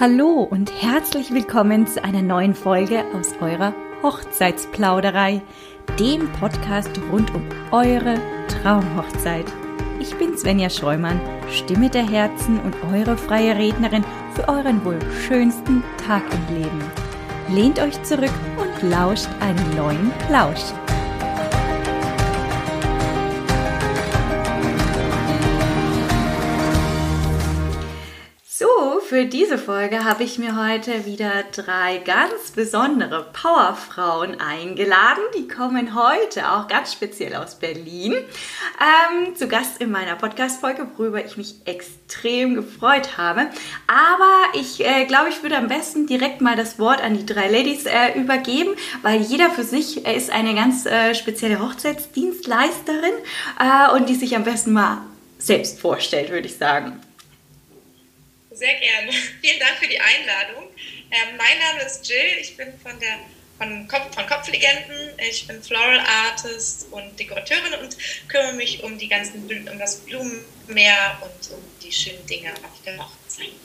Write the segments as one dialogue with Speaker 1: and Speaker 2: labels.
Speaker 1: Hallo und herzlich willkommen zu einer neuen Folge aus eurer Hochzeitsplauderei, dem Podcast rund um eure Traumhochzeit. Ich bin Svenja Scheumann, Stimme der Herzen und eure freie Rednerin für euren wohl schönsten Tag im Leben. Lehnt euch zurück und lauscht einen neuen Plausch. So, für diese Folge habe ich mir heute wieder 3 ganz besondere Powerfrauen eingeladen. Die kommen heute auch ganz speziell aus Berlin zu Gast in meiner Podcast-Folge, worüber ich mich extrem gefreut habe. Aber ich glaube, ich würde am besten direkt mal das Wort an die 3 Ladies übergeben, weil jeder für sich ist eine ganz spezielle Hochzeitsdienstleisterin und die sich am besten mal selbst vorstellt, würde ich sagen.
Speaker 2: Sehr gerne. Vielen Dank für die Einladung. Mein Name ist Jill, ich bin von Kopflegenden, ich bin Floral Artist und Dekorateurin und kümmere mich um das Blumenmeer und um die schönen Dinge auf der Hochzeit.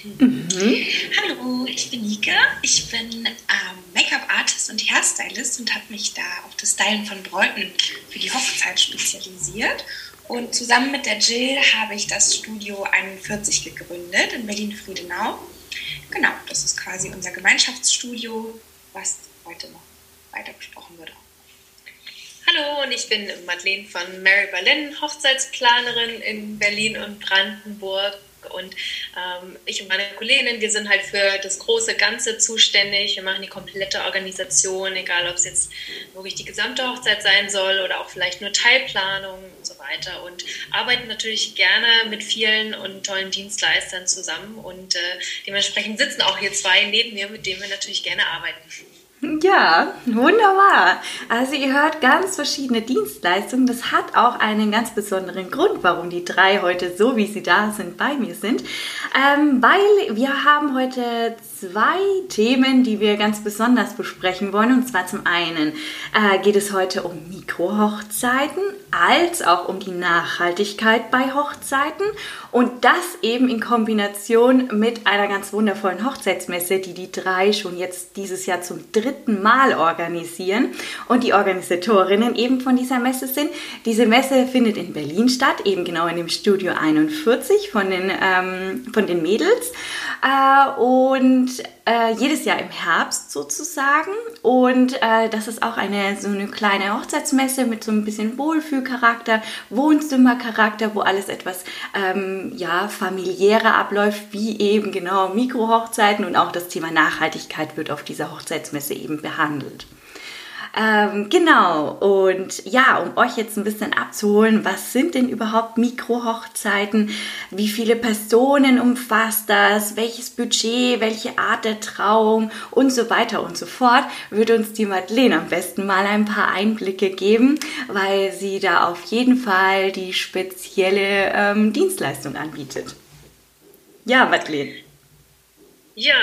Speaker 3: Hallo, ich bin Nike, ich bin Make-up-Artist und Hairstylist und habe mich da auf das Stylen von Bräuten für die Hochzeit spezialisiert. Und zusammen mit der Jill habe ich das Studio 41 gegründet in Berlin-Friedenau. Genau, das ist quasi unser Gemeinschaftsstudio, was heute noch weiter besprochen wird.
Speaker 4: Hallo, und ich bin Madeleine von Mary Berlin, Hochzeitsplanerin in Berlin und Brandenburg. Und ich und meine Kolleginnen, wir sind halt für das große Ganze zuständig. Wir machen die komplette Organisation, egal ob es jetzt wirklich die gesamte Hochzeit sein soll oder auch vielleicht nur Teilplanung und so weiter. Und arbeiten natürlich gerne mit vielen und tollen Dienstleistern zusammen. Und dementsprechend sitzen auch hier 2 neben mir, mit denen wir natürlich gerne arbeiten.
Speaker 1: Ja, wunderbar. Also ihr hört ganz verschiedene Dienstleistungen. Das hat auch einen ganz besonderen Grund, warum die 3 heute so, wie sie da sind, bei mir sind. Weil wir haben heute 2 Themen, die wir ganz besonders besprechen wollen. Und zwar zum einen geht es heute um Mikrohochzeiten, als auch um die Nachhaltigkeit bei Hochzeiten. Und das eben in Kombination mit einer ganz wundervollen Hochzeitsmesse, die die 3 schon jetzt dieses Jahr zum 3. Mal organisieren und die Organisatorinnen eben von dieser Messe sind. Diese Messe findet in Berlin statt, eben genau in dem Studio 41 von den Mädels und jedes Jahr im Herbst sozusagen. Und das ist auch so eine kleine Hochzeitsmesse mit so ein bisschen Wohlfühlcharakter, Wohnzimmercharakter, wo alles etwas familiärer abläuft, wie eben genau Mikrohochzeiten, und auch das Thema Nachhaltigkeit wird auf dieser Hochzeitsmesse eben behandelt. Genau, und ja, um euch jetzt ein bisschen abzuholen, was sind denn überhaupt Mikrohochzeiten? Wie viele Personen umfasst das? Welches Budget? Welche Art der Trauung? Und so weiter und so fort, würde uns die Madeleine am besten mal ein paar Einblicke geben, weil sie da auf jeden Fall die spezielle Dienstleistung anbietet. Ja, Madeleine.
Speaker 4: Ja,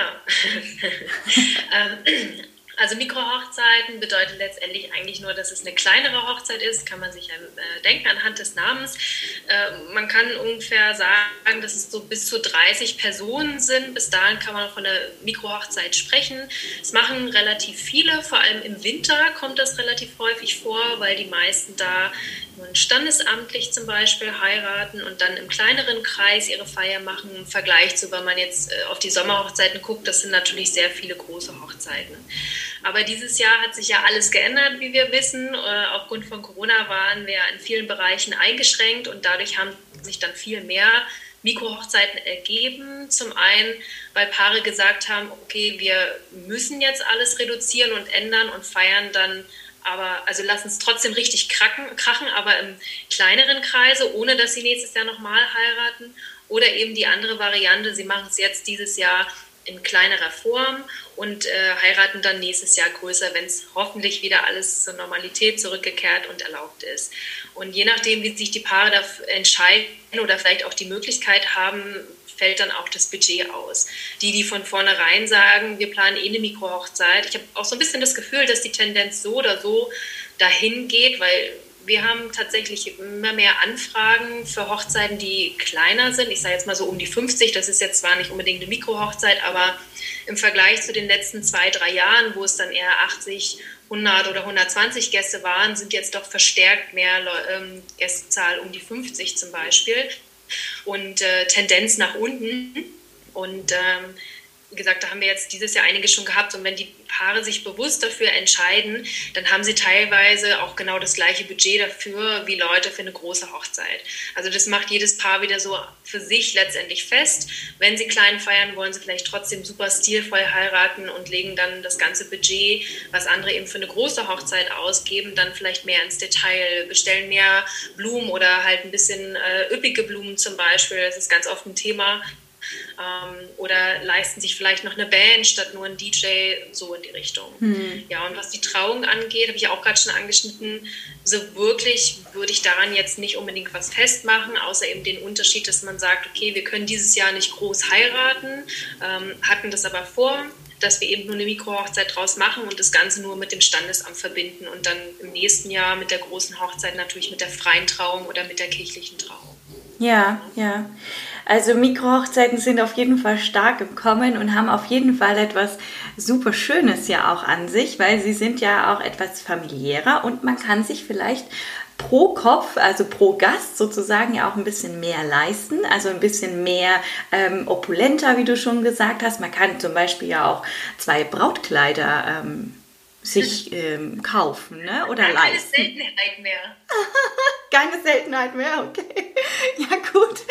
Speaker 4: also Mikrohochzeiten bedeutet letztendlich eigentlich nur, dass es eine kleinere Hochzeit ist, kann man sich ja denken anhand des Namens. Man kann ungefähr sagen, dass es so bis zu 30 Personen sind. Bis dahin kann man von einer Mikrohochzeit sprechen. Es machen relativ viele, vor allem im Winter kommt das relativ häufig vor, weil die meisten da standesamtlich zum Beispiel heiraten und dann im kleineren Kreis ihre Feier machen. Im Vergleich zu, wenn man jetzt auf die Sommerhochzeiten guckt, das sind natürlich sehr viele große Hochzeiten. Aber dieses Jahr hat sich ja alles geändert, wie wir wissen. Aufgrund von Corona waren wir in vielen Bereichen eingeschränkt und dadurch haben sich dann viel mehr Mikrohochzeiten ergeben. Zum einen, weil Paare gesagt haben, okay, wir müssen jetzt alles reduzieren und ändern und feiern dann, aber also lassen es trotzdem richtig krachen, aber im kleineren Kreise, ohne dass sie nächstes Jahr nochmal heiraten. Oder eben die andere Variante, sie machen es jetzt dieses Jahr in kleinerer Form und heiraten dann nächstes Jahr größer, wenn es hoffentlich wieder alles zur Normalität zurückgekehrt und erlaubt ist. Und je nachdem, wie sich die Paare dafür entscheiden oder vielleicht auch die Möglichkeit haben, fällt dann auch das Budget aus. Die von vornherein sagen, wir planen eine Mikrohochzeit. Ich habe auch so ein bisschen das Gefühl, dass die Tendenz so oder so dahin geht, weil wir haben tatsächlich immer mehr Anfragen für Hochzeiten, die kleiner sind. Ich sage jetzt mal so um die 50. Das ist jetzt zwar nicht unbedingt eine Mikrohochzeit, aber im Vergleich zu den letzten 2-3 Jahren, wo es dann eher 80, 100 oder 120 Gäste waren, sind jetzt doch verstärkt mehr Gästezahl um die 50 zum Beispiel und Tendenz nach unten. Und wie gesagt, da haben wir jetzt dieses Jahr einige schon gehabt. Und wenn die Paare sich bewusst dafür entscheiden, dann haben sie teilweise auch genau das gleiche Budget dafür wie Leute für eine große Hochzeit. Also das macht jedes Paar wieder so für sich letztendlich fest. Wenn sie klein feiern, wollen sie vielleicht trotzdem super stilvoll heiraten und legen dann das ganze Budget, was andere eben für eine große Hochzeit ausgeben, dann vielleicht mehr ins Detail, bestellen mehr Blumen oder halt ein bisschen üppige Blumen zum Beispiel. Das ist ganz oft ein Thema. Oder leisten sich vielleicht noch eine Band statt nur ein DJ, so in die Richtung. Ja, und was die Trauung angeht, habe ich auch gerade schon angeschnitten, so wirklich würde ich daran jetzt nicht unbedingt was festmachen, außer eben den Unterschied, dass man sagt, okay, wir können dieses Jahr nicht groß heiraten, hatten das aber vor, dass wir eben nur eine Mikrohochzeit draus machen und das Ganze nur mit dem Standesamt verbinden und dann im nächsten Jahr mit der großen Hochzeit natürlich mit der freien Trauung oder mit der kirchlichen Trauung.
Speaker 1: Ja, ja. Also Mikrohochzeiten sind auf jeden Fall stark im Kommen und haben auf jeden Fall etwas super Schönes ja auch an sich, weil sie sind ja auch etwas familiärer und man kann sich vielleicht pro Kopf, also pro Gast sozusagen ja auch ein bisschen mehr leisten, also ein bisschen mehr opulenter, wie du schon gesagt hast. Man kann zum Beispiel ja auch 2 Brautkleider sich kaufen, ne? Oder
Speaker 4: keine
Speaker 1: leisten.
Speaker 4: Keine Seltenheit mehr.
Speaker 1: Keine Seltenheit mehr, okay. Ja, gut.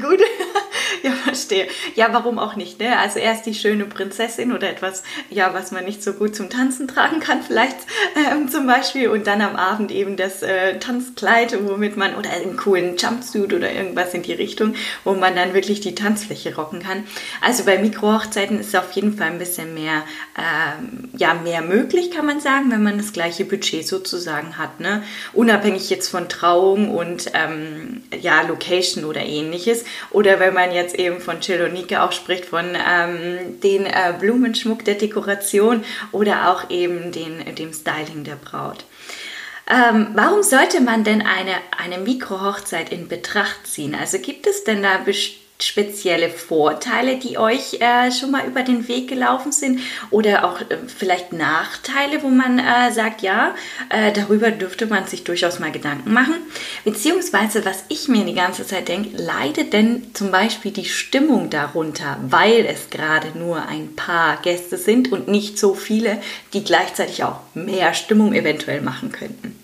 Speaker 1: Ja, verstehe. Ja, warum auch nicht, ne? Also erst die schöne Prinzessin oder etwas, ja, was man nicht so gut zum Tanzen tragen kann vielleicht zum Beispiel und dann am Abend eben das Tanzkleid, womit man, oder einen coolen Jumpsuit oder irgendwas in die Richtung, wo man dann wirklich die Tanzfläche rocken kann. Also bei Mikrohochzeiten ist auf jeden Fall ein bisschen mehr, mehr möglich, kann man sagen, wenn man das gleiche Budget sozusagen hat, ne? Unabhängig jetzt von Trauung und Location oder ähnliches. Oder wenn man jetzt eben von Jill und Nike auch spricht, von den Blumenschmuck der Dekoration oder auch eben dem Styling der Braut. Warum sollte man denn eine Mikrohochzeit in Betracht ziehen? Also gibt es denn da spezielle Vorteile, die euch schon mal über den Weg gelaufen sind oder auch vielleicht Nachteile, wo man sagt, ja, darüber dürfte man sich durchaus mal Gedanken machen. Beziehungsweise, was ich mir die ganze Zeit denke, leidet denn zum Beispiel die Stimmung darunter, weil es gerade nur ein paar Gäste sind und nicht so viele, die gleichzeitig auch mehr Stimmung eventuell machen könnten?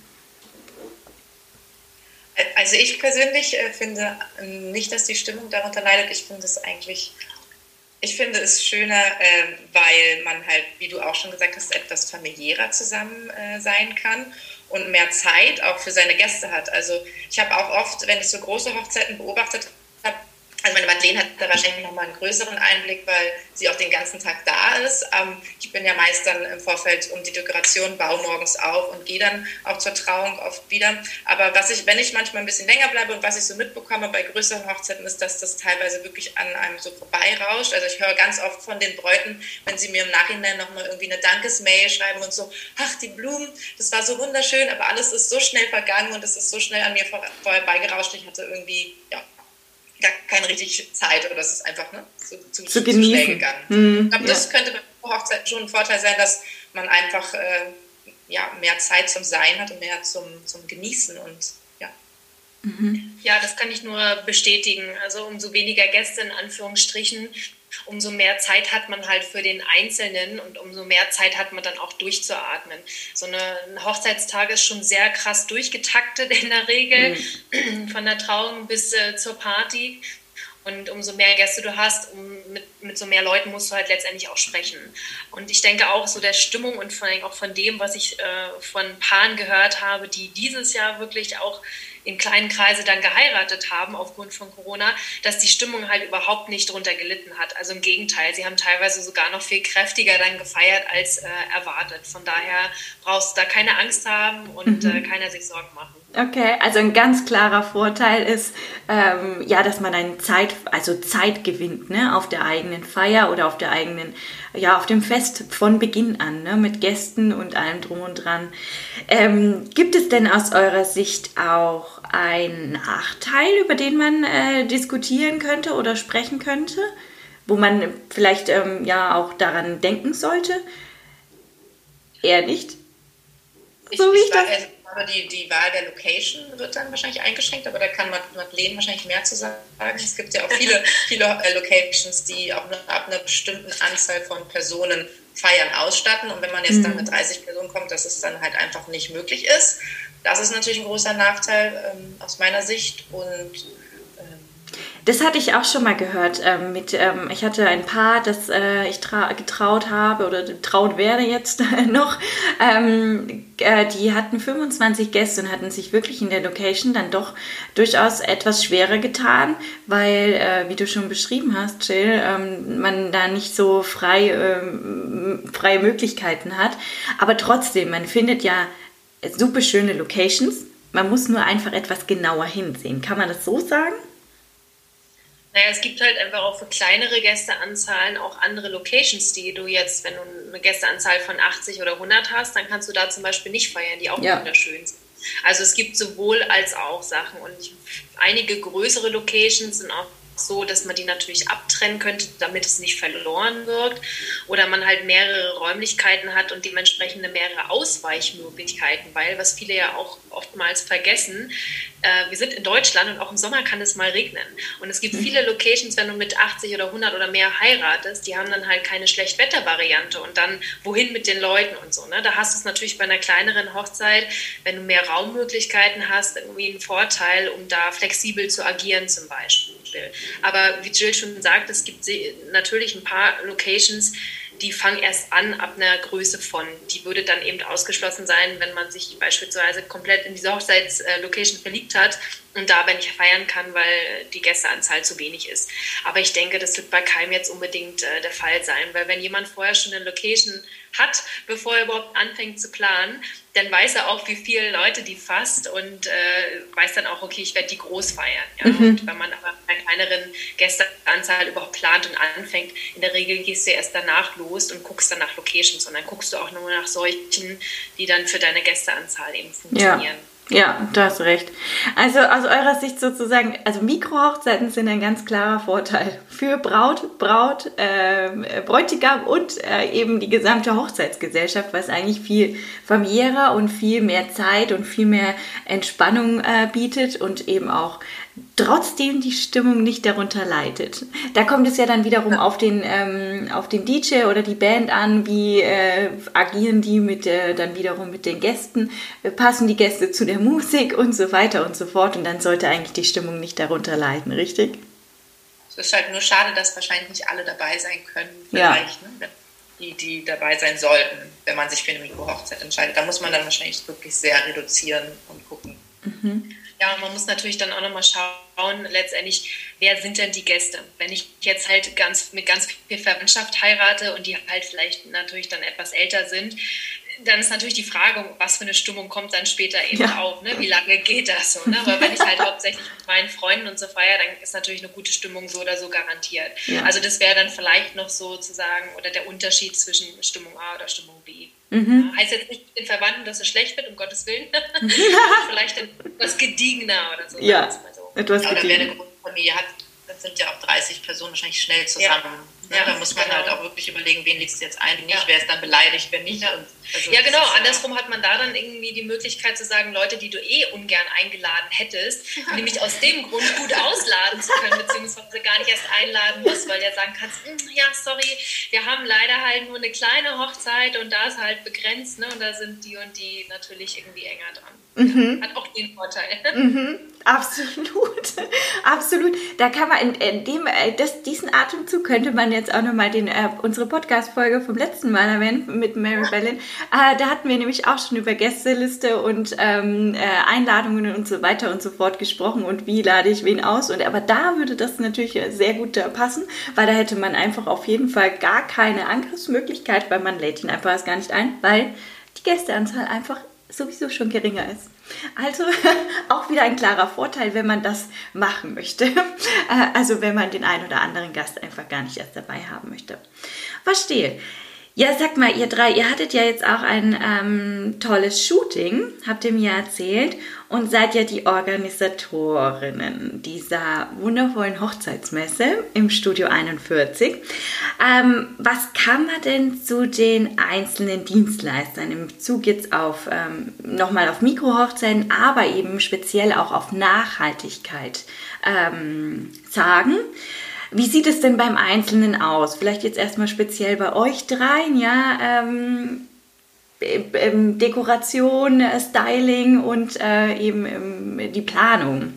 Speaker 2: Also ich persönlich finde nicht, dass die Stimmung darunter leidet. Ich finde es schöner, weil man halt, wie du auch schon gesagt hast, etwas familiärer zusammen sein kann und mehr Zeit auch für seine Gäste hat. Also ich habe auch oft, wenn ich so große Hochzeiten beobachtet habe, also meine Madeleine hat da wahrscheinlich nochmal einen größeren Einblick, weil sie auch den ganzen Tag da ist. Ich bin ja meist dann im Vorfeld um die Dekoration, baue morgens auf und gehe dann auch zur Trauung oft wieder. Aber wenn ich manchmal ein bisschen länger bleibe und was ich so mitbekomme bei größeren Hochzeiten, ist, dass das teilweise wirklich an einem so vorbeirauscht. Also ich höre ganz oft von den Bräuten, wenn sie mir im Nachhinein nochmal irgendwie eine Dankesmail schreiben und so, ach, die Blumen, das war so wunderschön, aber alles ist so schnell vergangen und es ist so schnell an mir vorbeigerauscht. Ich hatte irgendwie, gar keine richtige Zeit oder das ist einfach zu schnell gegangen. Ich glaube, das könnte bei Hochzeiten schon ein Vorteil sein, dass man einfach mehr Zeit zum Sein hat und mehr zum Genießen und ja.
Speaker 4: Ja, das kann ich nur bestätigen. Also umso weniger Gäste in Anführungsstrichen, umso mehr Zeit hat man halt für den Einzelnen und umso mehr Zeit hat man dann auch durchzuatmen. So ein Hochzeitstag ist schon sehr krass durchgetaktet in der Regel, von der Trauung bis zur Party. Und umso mehr Gäste du hast, mit so mehr Leuten musst du halt letztendlich auch sprechen. Und ich denke auch so der Stimmung und vor allem auch von dem, was ich von Paaren gehört habe, die dieses Jahr wirklich auch in kleinen Kreise dann geheiratet haben aufgrund von Corona, dass die Stimmung halt überhaupt nicht drunter gelitten hat. Also im Gegenteil, sie haben teilweise sogar noch viel kräftiger dann gefeiert als erwartet. Von daher brauchst du da keine Angst haben und keiner sich Sorgen machen.
Speaker 1: Okay, also ein ganz klarer Vorteil ist, dass man Zeit gewinnt, ne, auf der eigenen Feier oder auf dem Fest von Beginn an, ne, mit Gästen und allem drum und dran. Gibt es denn aus eurer Sicht auch einen Nachteil, über den man diskutieren könnte oder sprechen könnte, wo man vielleicht auch daran denken sollte? Eher nicht?
Speaker 2: Aber die Wahl der Location wird dann wahrscheinlich eingeschränkt, aber da kann Madeleine wahrscheinlich mehr zu sagen. Es gibt ja auch viele Locations, die auch ab einer bestimmten Anzahl von Personen Feiern ausstatten. Und wenn man jetzt dann mit 30 Personen kommt, dass es dann halt einfach nicht möglich ist. Das ist natürlich ein großer Nachteil aus meiner Sicht. Und
Speaker 1: das hatte ich auch schon mal gehört. Ich hatte ein Paar, das ich getraut habe oder getraut werde jetzt noch. Die hatten 25 Gäste und hatten sich wirklich in der Location dann doch durchaus etwas schwerer getan, weil, wie du schon beschrieben hast, Jill, man da nicht so freie Möglichkeiten hat. Aber trotzdem, man findet ja super schöne Locations. Man muss nur einfach etwas genauer hinsehen. Kann man das so sagen?
Speaker 4: Naja, es gibt halt einfach auch für kleinere Gästeanzahlen auch andere Locations, die du jetzt, wenn du eine Gästeanzahl von 80 oder 100 hast, dann kannst du da zum Beispiel nicht feiern, die auch wunderschön sind. Also es gibt sowohl als auch Sachen und einige größere Locations sind auch so, dass man die natürlich abtrennen könnte, damit es nicht verloren wirkt oder man halt mehrere Räumlichkeiten hat und dementsprechend mehrere Ausweichmöglichkeiten, weil, was viele ja auch oftmals vergessen, wir sind in Deutschland und auch im Sommer kann es mal regnen und es gibt viele Locations, wenn du mit 80 oder 100 oder mehr heiratest, die haben dann halt keine Schlechtwettervariante und dann wohin mit den Leuten und so, ne? Da hast du es natürlich bei einer kleineren Hochzeit, wenn du mehr Raummöglichkeiten hast, irgendwie einen Vorteil, um da flexibel zu agieren zum Beispiel. Aber wie Jill schon sagt, es gibt natürlich ein paar Locations, die fangen erst an ab einer Größe von. Die würde dann eben ausgeschlossen sein, wenn man sich beispielsweise komplett in diese Hochzeitslocation verliebt hat und dabei nicht feiern kann, weil die Gästeanzahl zu wenig ist. Aber ich denke, das wird bei keinem jetzt unbedingt der Fall sein, weil wenn jemand vorher schon eine Location hat, bevor er überhaupt anfängt zu planen, dann weiß er auch, wie viele Leute die fasst und weiß dann auch, okay, ich werde die groß feiern. Ja? Und wenn man aber bei einer kleineren Gästeanzahl überhaupt plant und anfängt, in der Regel gehst du erst danach los und guckst dann nach Locations und dann guckst du auch nur nach solchen, die dann für deine Gästeanzahl eben funktionieren.
Speaker 1: Ja, du hast recht. Also aus eurer Sicht sozusagen, also Mikrohochzeiten sind ein ganz klarer Vorteil für Bräutigam und eben die gesamte Hochzeitsgesellschaft, was eigentlich viel familiärer und viel mehr Zeit und viel mehr Entspannung bietet und eben auch trotzdem die Stimmung nicht darunter leidet. Da kommt es ja dann wiederum auf den DJ oder die Band an, wie agieren die dann wiederum mit den Gästen, passen die Gäste zu der Musik und so weiter und so fort und dann sollte eigentlich die Stimmung nicht darunter leiden, richtig?
Speaker 2: Es ist halt nur schade, dass wahrscheinlich nicht alle dabei sein können, vielleicht, ne? Die dabei sein sollten, wenn man sich für eine Mikrohochzeit entscheidet. Da muss man dann wahrscheinlich wirklich sehr reduzieren und gucken.
Speaker 4: Ja, und man muss natürlich dann auch nochmal schauen, letztendlich, wer sind denn die Gäste? Wenn ich jetzt halt mit ganz viel Verwandtschaft heirate und die halt vielleicht natürlich dann etwas älter sind, dann ist natürlich die Frage, was für eine Stimmung kommt dann später eben auf, ne? Wie lange geht das so? Ne? Aber wenn ich halt hauptsächlich mit meinen Freunden und so feiere, dann ist natürlich eine gute Stimmung so oder so garantiert. Ja. Also das wäre dann vielleicht noch sozusagen, oder der Unterschied zwischen Stimmung A oder Stimmung B. Ja, heißt jetzt nicht den Verwandten, dass es schlecht wird, um Gottes Willen. Vielleicht etwas gediegener oder so.
Speaker 1: Ja, etwas
Speaker 2: gediegener. Oder wer eine Großfamilie hat, dann sind ja auch 30 Personen wahrscheinlich schnell zusammen. Ja. Ja, da muss man halt auch wirklich überlegen, wen legst du jetzt ein, wer ist dann beleidigt, wer nicht. Und
Speaker 4: also ja, genau. Andersrum hat man da dann irgendwie die Möglichkeit zu sagen, Leute, die du ungern eingeladen hättest, nämlich aus dem Grund gut ausladen zu können, beziehungsweise gar nicht erst einladen musst, weil du ja sagen kannst, ja, sorry, wir haben leider halt nur eine kleine Hochzeit und da ist halt begrenzt, ne? Und da sind die und die natürlich irgendwie enger dran. Ja, hat auch den Vorteil.
Speaker 1: Absolut, absolut. Da kann man diesen Atemzug könnte man jetzt auch nochmal unsere Podcast-Folge vom letzten Mal erwähnen mit Mary Bellin. Da hatten wir nämlich auch schon über Gästeliste und Einladungen und so weiter und so fort gesprochen und wie lade ich wen aus. Aber da würde das natürlich sehr gut passen, weil da hätte man einfach auf jeden Fall gar keine Angriffsmöglichkeit, weil man lädt ihn einfach erst gar nicht ein, weil die Gästeanzahl einfach sowieso schon geringer ist. Also auch wieder ein klarer Vorteil, wenn man das machen möchte. Also wenn man den einen oder anderen Gast einfach gar nicht erst dabei haben möchte. Verstehe. Ja, sag mal, ihr drei, ihr hattet ja jetzt auch ein tolles Shooting, habt ihr mir erzählt, und seid ja die Organisatorinnen dieser wundervollen Hochzeitsmesse im Studio 41. Was kann man denn zu den einzelnen Dienstleistern im Bezug jetzt auf nochmal auf Mikrohochzeiten, aber eben speziell auch auf Nachhaltigkeit sagen? Wie sieht es denn beim Einzelnen aus? Vielleicht jetzt erstmal speziell bei euch dreien, ja, Dekoration, Styling und eben die Planung.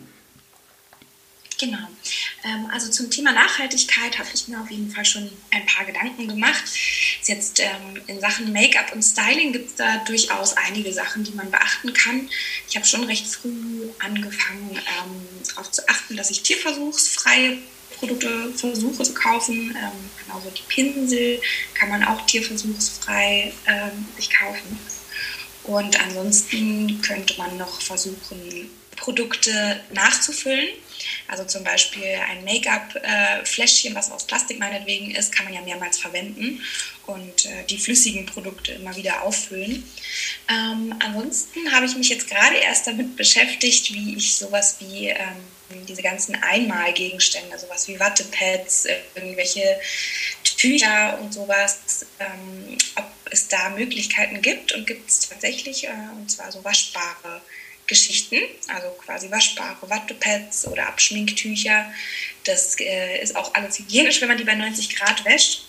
Speaker 3: Genau. Also zum Thema Nachhaltigkeit habe ich mir auf jeden Fall schon ein paar Gedanken gemacht. Jetzt in Sachen Make-up und Styling gibt es da durchaus einige Sachen, die man beachten kann. Ich habe schon recht früh angefangen, darauf zu achten, dass ich tierversuchsfreie Produkte versuche zu kaufen. Genauso die Pinsel kann man auch tierversuchsfrei sich kaufen. Und ansonsten könnte man noch versuchen, Produkte nachzufüllen. Also zum Beispiel ein Make-up-Fläschchen, was aus Plastik meinetwegen ist, kann man ja mehrmals verwenden und die flüssigen Produkte immer wieder auffüllen. Ansonsten habe ich mich jetzt gerade erst damit beschäftigt, wie ich sowas wie diese ganzen Einmalgegenstände, sowas wie Wattepads, irgendwelche Tücher und sowas, ob es da Möglichkeiten gibt, und gibt es tatsächlich, und zwar so waschbare Geschichten, also quasi waschbare Wattepads oder Abschminktücher. Das ist auch alles hygienisch, wenn man die bei 90 Grad wäscht.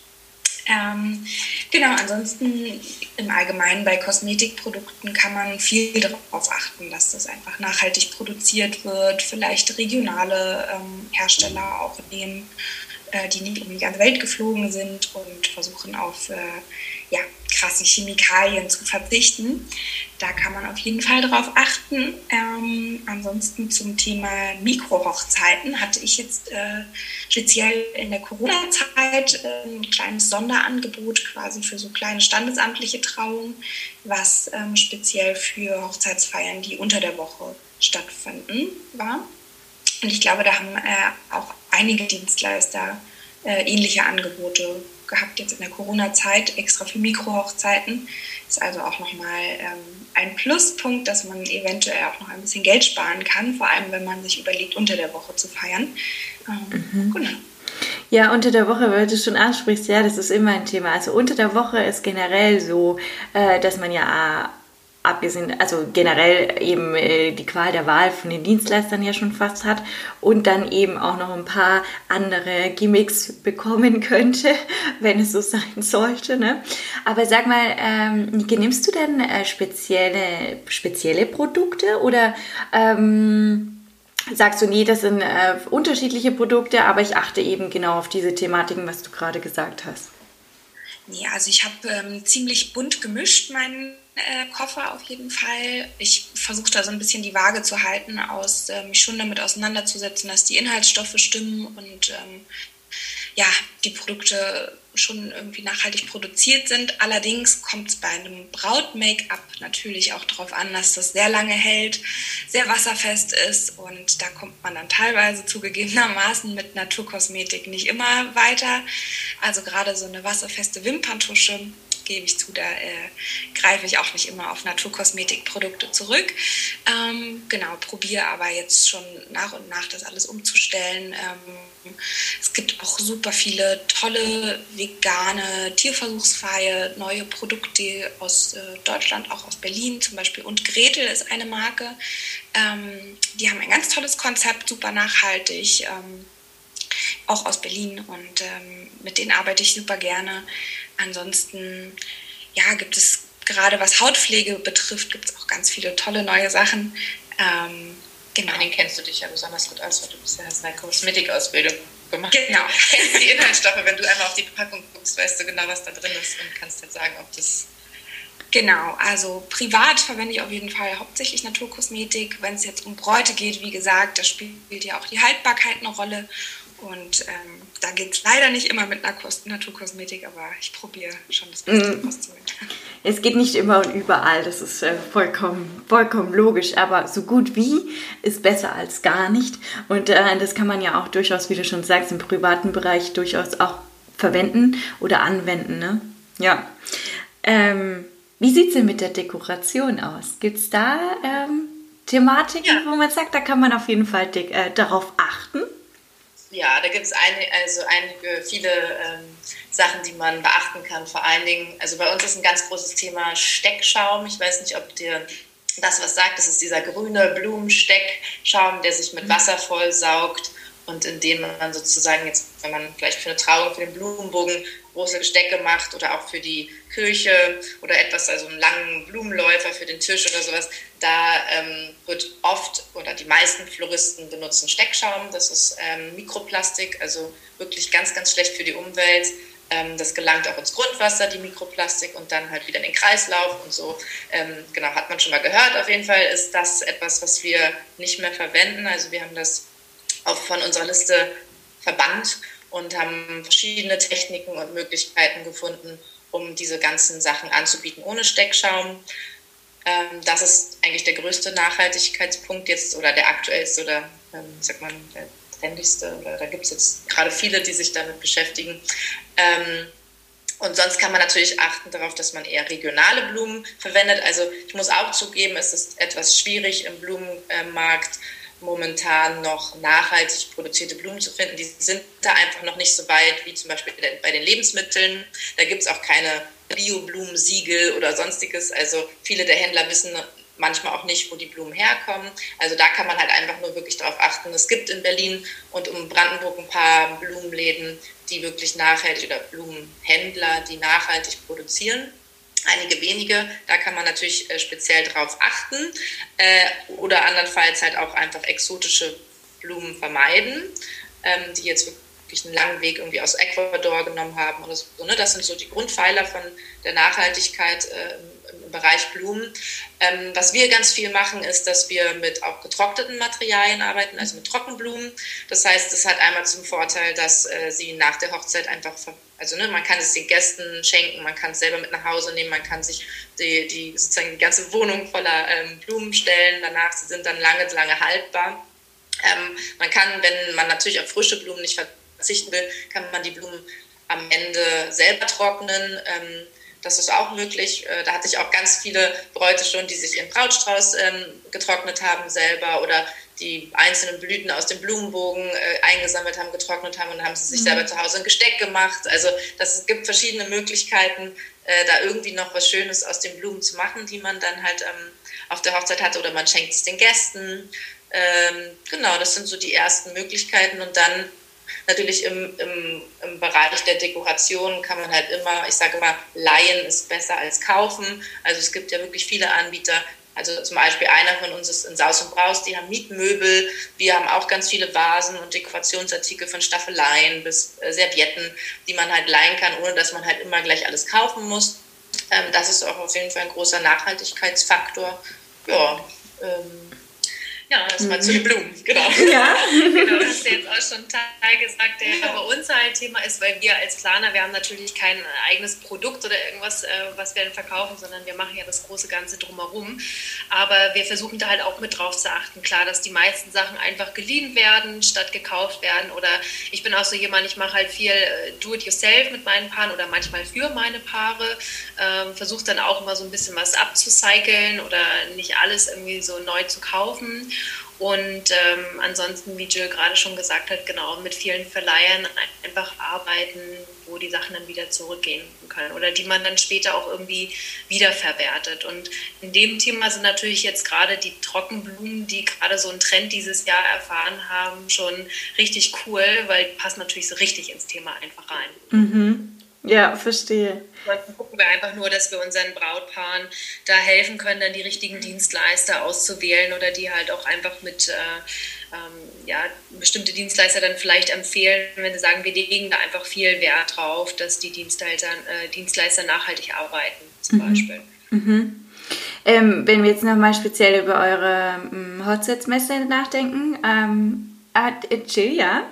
Speaker 3: Genau, ansonsten im Allgemeinen bei Kosmetikprodukten kann man viel darauf achten, dass das einfach nachhaltig produziert wird, vielleicht regionale Hersteller auch nehmen, die nicht um die ganze Welt geflogen sind und versuchen auf krasse Chemikalien zu verzichten. Da kann man auf jeden Fall drauf achten. Ansonsten zum Thema Mikrohochzeiten hatte ich jetzt speziell in der Corona-Zeit ein kleines Sonderangebot quasi für so kleine standesamtliche Trauungen, was speziell für Hochzeitsfeiern, die unter der Woche stattfinden, war. Und ich glaube, da haben auch einige Dienstleister ähnliche Angebote gehabt jetzt in der Corona-Zeit, extra für Mikrohochzeiten. Ist also auch nochmal ein Pluspunkt, dass man eventuell auch noch ein bisschen Geld sparen kann, vor allem wenn man sich überlegt, unter der Woche zu feiern. Genau.
Speaker 1: Ja, unter der Woche, weil du schon ansprichst, ja, das ist immer ein Thema. Also unter der Woche ist generell so, dass man ja abgesehen, also generell eben die Qual der Wahl von den Dienstleistern ja schon fast hat und dann eben auch noch ein paar andere Gimmicks bekommen könnte, wenn es so sein sollte, ne? Aber sag mal, Nike, nimmst du denn spezielle Produkte oder sagst du, nee, das sind unterschiedliche Produkte, aber ich achte eben genau auf diese Thematiken, was du gerade gesagt hast?
Speaker 3: Nee, also ich habe ziemlich bunt gemischt meinen Koffer auf jeden Fall. Ich versuche da so ein bisschen die Waage zu halten, mich schon damit auseinanderzusetzen, dass die Inhaltsstoffe stimmen und die Produkte schon irgendwie nachhaltig produziert sind. Allerdings kommt es bei einem Braut-Make-up natürlich auch darauf an, dass das sehr lange hält, sehr wasserfest ist, und da kommt man dann teilweise zugegebenermaßen mit Naturkosmetik nicht immer weiter. Also gerade so eine wasserfeste Wimperntusche, gebe ich zu, da greife ich auch nicht immer auf Naturkosmetikprodukte zurück. Probiere aber jetzt schon nach und nach das alles umzustellen. Es gibt auch super viele tolle, vegane, tierversuchsfreie neue Produkte aus Deutschland, auch aus Berlin zum Beispiel. Und Gretel ist eine Marke. Die haben ein ganz tolles Konzept, super nachhaltig, auch aus Berlin, und mit denen arbeite ich super gerne. Ansonsten gibt es gerade, was Hautpflege betrifft, gibt es auch ganz viele tolle neue Sachen.
Speaker 2: Genau. Den kennst du dich ja besonders gut aus, weil du bisher hast eine Kosmetikausbildung gemacht.
Speaker 3: Genau.
Speaker 2: Du kennst die Inhaltsstoffe, wenn du einmal auf die Packung guckst, weißt du genau, was da drin ist, und kannst jetzt sagen, ob das
Speaker 3: Genau, also privat verwende ich auf jeden Fall hauptsächlich Naturkosmetik. Wenn es jetzt um Bräute geht, wie gesagt, da spielt ja auch die Haltbarkeit eine Rolle. Und da geht es leider nicht immer mit Naturkosmetik, aber ich probiere schon das Beste rauszuholen.
Speaker 1: Es geht nicht immer und überall, das ist vollkommen logisch, aber so gut wie ist besser als gar nicht. Und das kann man ja auch durchaus, wie du schon sagst, im privaten Bereich durchaus auch verwenden oder anwenden, ne? Ja. Wie sieht es denn mit der Dekoration aus? Gibt es da Thematiken, wo man sagt, da kann man auf jeden Fall darauf achten?
Speaker 5: Ja, da gibt es viele Sachen, die man beachten kann. Vor allen Dingen, also bei uns ist ein ganz großes Thema Steckschaum. Ich weiß nicht, ob dir das was sagt. Das ist dieser grüne Blumensteckschaum, der sich mit Wasser vollsaugt und indem man sozusagen jetzt, wenn man vielleicht für eine Trauung, für den Blumenbogen große Gestecke macht oder auch für die Kirche oder etwas, also einen langen Blumenläufer für den Tisch oder sowas, da wird oft oder die meisten Floristen benutzen Steckschaum. Das ist Mikroplastik, also wirklich ganz, ganz schlecht für die Umwelt. Das gelangt auch ins Grundwasser, die Mikroplastik, und dann halt wieder in den Kreislauf und so. Genau, hat man schon mal gehört. Auf jeden Fall ist das etwas, was wir nicht mehr verwenden. Also wir haben das auch von unserer Liste verbannt und haben verschiedene Techniken und Möglichkeiten gefunden, um diese ganzen Sachen anzubieten ohne Steckschaum. Das ist eigentlich der größte Nachhaltigkeitspunkt jetzt oder der aktuellste oder sagt man der trendigste, oder da gibt es jetzt gerade viele, die sich damit beschäftigen. Und sonst kann man natürlich achten darauf, dass man eher regionale Blumen verwendet. Also ich muss auch zugeben, es ist etwas schwierig im Blumenmarkt momentan noch nachhaltig produzierte Blumen zu finden. Die sind da einfach noch nicht so weit wie zum Beispiel bei den Lebensmitteln. Da gibt es auch keine Bio-Blumensiegel oder sonstiges. Also viele der Händler wissen manchmal auch nicht, wo die Blumen herkommen. Also da kann man halt einfach nur wirklich darauf achten. Es gibt in Berlin und um Brandenburg ein paar Blumenläden, die wirklich nachhaltig, oder Blumenhändler, die nachhaltig produzieren. Einige wenige, da kann man natürlich speziell drauf achten oder andernfalls halt auch einfach exotische Blumen vermeiden, die jetzt wirklich einen langen Weg irgendwie aus Ecuador genommen haben oder so. Ne? Das sind so die Grundpfeiler von der Nachhaltigkeit im Bereich Blumen. Was wir ganz viel machen, ist, dass wir mit auch getrockneten Materialien arbeiten, also mit Trockenblumen. Das heißt, es hat einmal zum Vorteil, dass sie nach der Hochzeit einfach man kann es den Gästen schenken, man kann es selber mit nach Hause nehmen, man kann sich sozusagen die ganze Wohnung voller Blumen stellen. Danach, sie sind dann lange haltbar. Man kann, wenn man natürlich auf frische Blumen nicht verzichten will, kann man die Blumen am Ende selber trocknen. Das ist auch möglich. Da hatte ich auch ganz viele Bräute schon, die sich ihren Brautstrauß getrocknet haben selber oder die einzelnen Blüten aus dem Blumenbogen eingesammelt haben, getrocknet haben, und dann haben sie sich selber zu Hause ein Gesteck gemacht. Also es gibt verschiedene Möglichkeiten, da irgendwie noch was Schönes aus den Blumen zu machen, die man dann halt auf der Hochzeit hat, oder man schenkt es den Gästen. Genau, das sind so die ersten Möglichkeiten. Und dann natürlich im Bereich der Dekoration kann man halt immer, ich sage immer, leihen ist besser als kaufen. Also es gibt ja wirklich viele Anbieter. Also zum Beispiel einer von uns ist in Saus und Braus, die haben Mietmöbel. Wir haben auch ganz viele Vasen und Dekorationsartikel von Staffeleien bis Servietten, die man halt leihen kann, ohne dass man halt immer gleich alles kaufen muss. Das ist auch auf jeden Fall ein großer Nachhaltigkeitsfaktor. Ja, das mal zu den Blumen, genau.
Speaker 1: Ja.
Speaker 4: Genau, das hast du jetzt auch schon Teil gesagt, der bei uns halt Thema ist, weil wir als Planer, wir haben natürlich kein eigenes Produkt oder irgendwas, was wir dann verkaufen, sondern wir machen ja das große Ganze drumherum. Aber wir versuchen da halt auch mit drauf zu achten. Klar, dass die meisten Sachen einfach geliehen werden, statt gekauft werden. Oder ich bin auch so jemand, ich mache halt viel Do-it-yourself mit meinen Paaren oder manchmal für meine Paare. Versuche dann auch immer so ein bisschen was abzucyceln oder nicht alles irgendwie so neu zu kaufen. Und ansonsten, wie Jill gerade schon gesagt hat, genau, mit vielen Verleihern einfach arbeiten, wo die Sachen dann wieder zurückgehen können oder die man dann später auch irgendwie wiederverwertet. Und in dem Thema sind natürlich jetzt gerade die Trockenblumen, die gerade so einen Trend dieses Jahr erfahren haben, schon richtig cool, weil die passen natürlich so richtig ins Thema einfach rein.
Speaker 1: Mhm. Ja, verstehe.
Speaker 4: Dann gucken wir einfach nur, dass wir unseren Brautpaaren da helfen können, dann die richtigen Dienstleister auszuwählen oder die halt auch einfach mit bestimmte Dienstleister dann vielleicht empfehlen, wenn sie sagen, wir legen da einfach viel Wert drauf, dass die Dienstleister nachhaltig arbeiten, zum Beispiel.
Speaker 1: Wenn wir jetzt nochmal speziell über eure Hochzeitsmesse nachdenken, Jill, ja?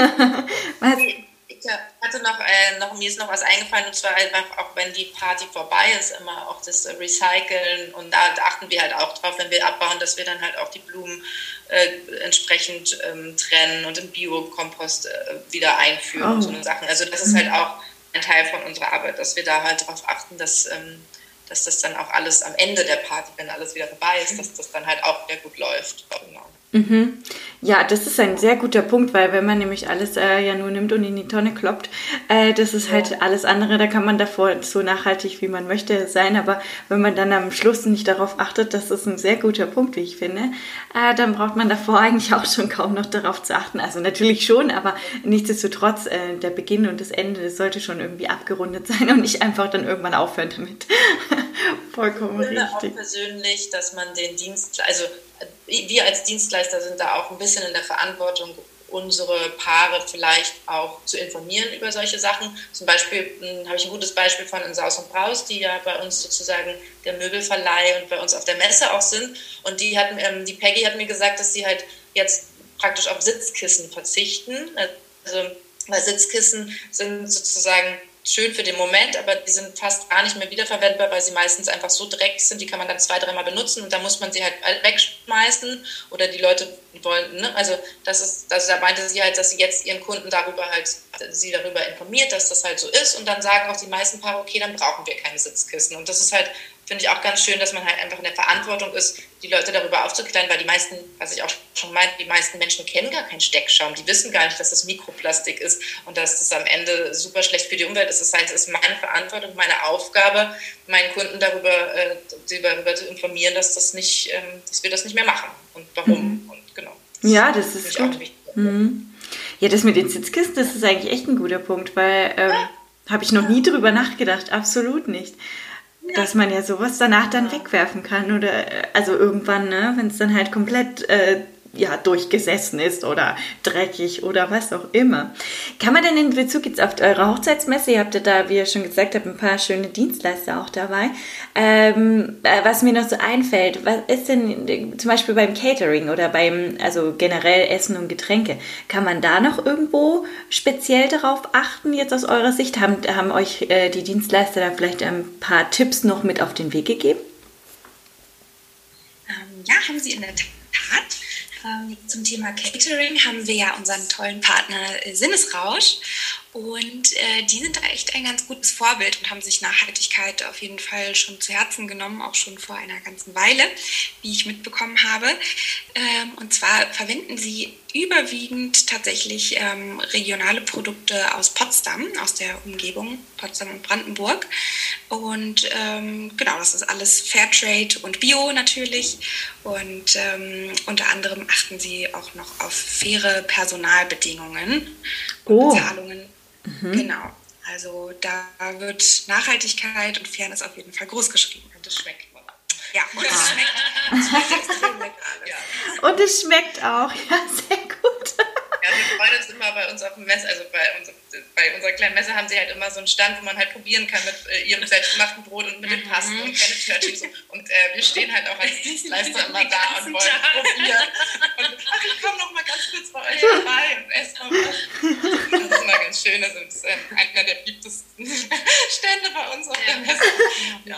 Speaker 1: Was?
Speaker 5: Ich hatte mir ist noch was eingefallen, und zwar einfach auch, wenn die Party vorbei ist, immer auch das Recyceln, und da achten wir halt auch drauf, wenn wir abbauen, dass wir dann halt auch die Blumen entsprechend trennen und im Biokompost wieder einführen und so eine Sachen. Also das ist halt auch ein Teil von unserer Arbeit, dass wir da halt darauf achten, dass das dann auch alles am Ende der Party, wenn alles wieder vorbei ist, dass das dann halt auch wieder gut läuft. Genau.
Speaker 1: Ja, das ist ein sehr guter Punkt, weil wenn man nämlich alles ja nur nimmt und in die Tonne kloppt, das ist halt alles andere, da kann man davor so nachhaltig, wie man möchte, sein, aber wenn man dann am Schluss nicht darauf achtet, das ist ein sehr guter Punkt, wie ich finde, dann braucht man davor eigentlich auch schon kaum noch darauf zu achten. Also natürlich schon, aber nichtsdestotrotz, der Beginn und das Ende, das sollte schon irgendwie abgerundet sein und nicht einfach dann irgendwann aufhören damit. Vollkommen richtig.
Speaker 5: Ich finde auch persönlich, dass man den Dienst, also wir als Dienstleister sind da auch ein bisschen in der Verantwortung, unsere Paare vielleicht auch zu informieren über solche Sachen. Zum Beispiel habe ich ein gutes Beispiel von in Saus und Braus, die ja bei uns sozusagen der Möbelverleih und bei uns auf der Messe auch sind. Und die Peggy hat mir gesagt, dass sie halt jetzt praktisch auf Sitzkissen verzichten. Also, weil Sitzkissen sind sozusagen schön für den Moment, aber die sind fast gar nicht mehr wiederverwendbar, weil sie meistens einfach so dreckig sind, die kann man dann 2-3 Mal benutzen und dann muss man sie halt wegschmeißen oder die Leute wollen, ne? Also da meinte sie halt, dass sie jetzt ihren Kunden darüber informiert, dass das halt so ist, und dann sagen auch die meisten Paare, okay, dann brauchen wir keine Sitzkissen, und das ist halt, finde ich auch ganz schön, dass man halt einfach in der Verantwortung ist, die Leute darüber aufzuklären, weil die meisten, was ich auch schon meinte, die meisten Menschen kennen gar keinen Steckschaum, die wissen gar nicht, dass das Mikroplastik ist und dass das am Ende super schlecht für die Umwelt ist. Das heißt, es ist meine Verantwortung, meine Aufgabe, meinen Kunden darüber zu informieren, dass wir das nicht mehr machen und warum und genau.
Speaker 1: Ja, das ist gut. Ja, das mit den Sitzkisten, das ist eigentlich echt ein guter Punkt, weil habe ich noch nie drüber nachgedacht, absolut nicht. Dass man ja sowas danach dann wegwerfen kann oder also irgendwann, ne, wenn es dann halt komplett durchgesessen ist oder dreckig oder was auch immer. Kann man denn in Bezug jetzt auf eure Hochzeitsmesse, ihr habt ja da, wie ihr schon gesagt habt, ein paar schöne Dienstleister auch dabei, was mir noch so einfällt, was ist denn zum Beispiel beim Catering oder also generell Essen und Getränke, kann man da noch irgendwo speziell darauf achten, jetzt aus eurer Sicht? Haben euch die Dienstleister da vielleicht ein paar Tipps noch mit auf den Weg gegeben?
Speaker 3: Ja, haben sie in der Tat. Zum Thema Catering haben wir ja unseren tollen Partner Sinnesrausch, und die sind da echt ein ganz gutes Vorbild und haben sich Nachhaltigkeit auf jeden Fall schon zu Herzen genommen, auch schon vor einer ganzen Weile, wie ich mitbekommen habe. Und zwar verwenden sie überwiegend tatsächlich regionale Produkte aus Potsdam, aus der Umgebung, Potsdam und Brandenburg. Und genau, das ist alles Fairtrade und Bio natürlich. Und unter anderem achten sie auch noch auf faire Personalbedingungen und Bezahlungen. Genau, also da wird Nachhaltigkeit und Fairness auf jeden Fall groß geschrieben.
Speaker 5: Und das schmeckt.
Speaker 3: Ja, und es schmeckt extrem lecker alles.
Speaker 5: Ja.
Speaker 1: Und es schmeckt auch, ja, sehr gut.
Speaker 5: Ja, wir freuen uns immer bei uns auf dem Messe, also bei unserer kleinen Messe haben sie halt immer so einen Stand, wo man halt probieren kann mit ihrem selbstgemachten Brot und mit den Pasten und kleine Törtchen. So. Und wir stehen halt auch als Dienstleister immer da und wollen probieren. Und ich komme noch mal ganz kurz bei euch vorbei und esse noch was. Das ist immer ganz schön, das ist einer der beliebtesten Stände bei uns auf der Messe. Ja.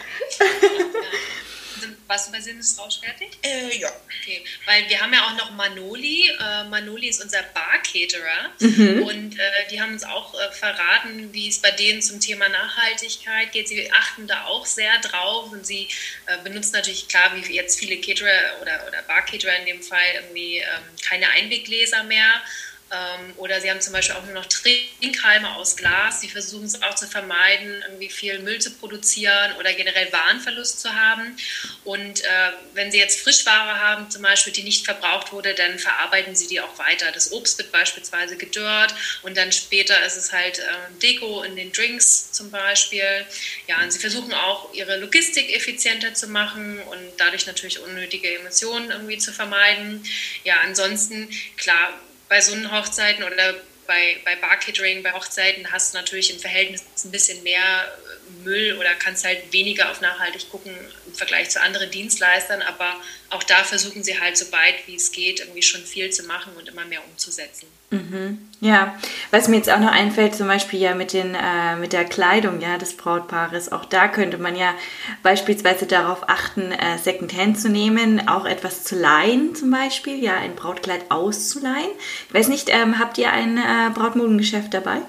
Speaker 4: Warst du bei Sinnesrausch fertig?
Speaker 5: Ja.
Speaker 4: Okay, weil wir haben ja auch noch Manoli. Manoli ist unser Bar-Caterer und die haben uns auch verraten, wie es bei denen zum Thema Nachhaltigkeit geht. Sie achten da auch sehr drauf und sie benutzen natürlich, klar, wie jetzt viele Caterer oder Bar-Caterer in dem Fall, irgendwie keine Einweggläser mehr. Oder sie haben zum Beispiel auch nur noch Trinkhalme aus Glas. Sie versuchen es auch zu vermeiden, irgendwie viel Müll zu produzieren oder generell Warenverlust zu haben. Und wenn sie jetzt Frischware haben, zum Beispiel, die nicht verbraucht wurde, dann verarbeiten sie die auch weiter. Das Obst wird beispielsweise gedörrt und dann später ist es halt Deko in den Drinks zum Beispiel. Ja, und sie versuchen auch, ihre Logistik effizienter zu machen und dadurch natürlich unnötige Emissionen irgendwie zu vermeiden. Ja, ansonsten, klar, bei so einen Hochzeiten oder bei Bar-Catering, bei Hochzeiten hast du natürlich im Verhältnis es ein bisschen mehr Müll oder kannst halt weniger auf nachhaltig gucken im Vergleich zu anderen Dienstleistern, aber auch da versuchen sie halt so weit wie es geht irgendwie schon viel zu machen und immer mehr umzusetzen.
Speaker 1: Ja, was mir jetzt auch noch einfällt, zum Beispiel ja mit der Kleidung des Brautpaares, auch da könnte man ja beispielsweise darauf achten, Secondhand zu nehmen, auch etwas zu leihen zum Beispiel, ja, ein Brautkleid auszuleihen. Ich weiß nicht, habt ihr ein Brautmodengeschäft dabei?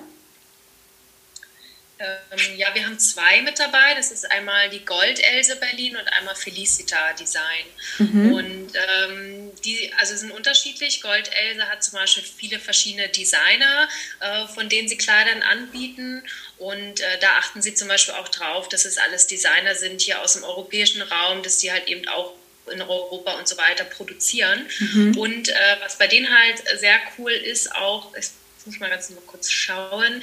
Speaker 4: Ja, wir haben 2 mit dabei. Das ist einmal die Goldelse Berlin und einmal Felicita Design. Und die sind unterschiedlich. Goldelse hat zum Beispiel viele verschiedene Designer, von denen sie Kleidern anbieten. Und da achten sie zum Beispiel auch drauf, dass es alles Designer sind hier aus dem europäischen Raum, dass die halt eben auch in Europa und so weiter produzieren. Und was bei denen halt sehr cool ist, auch jetzt muss ich mal kurz schauen,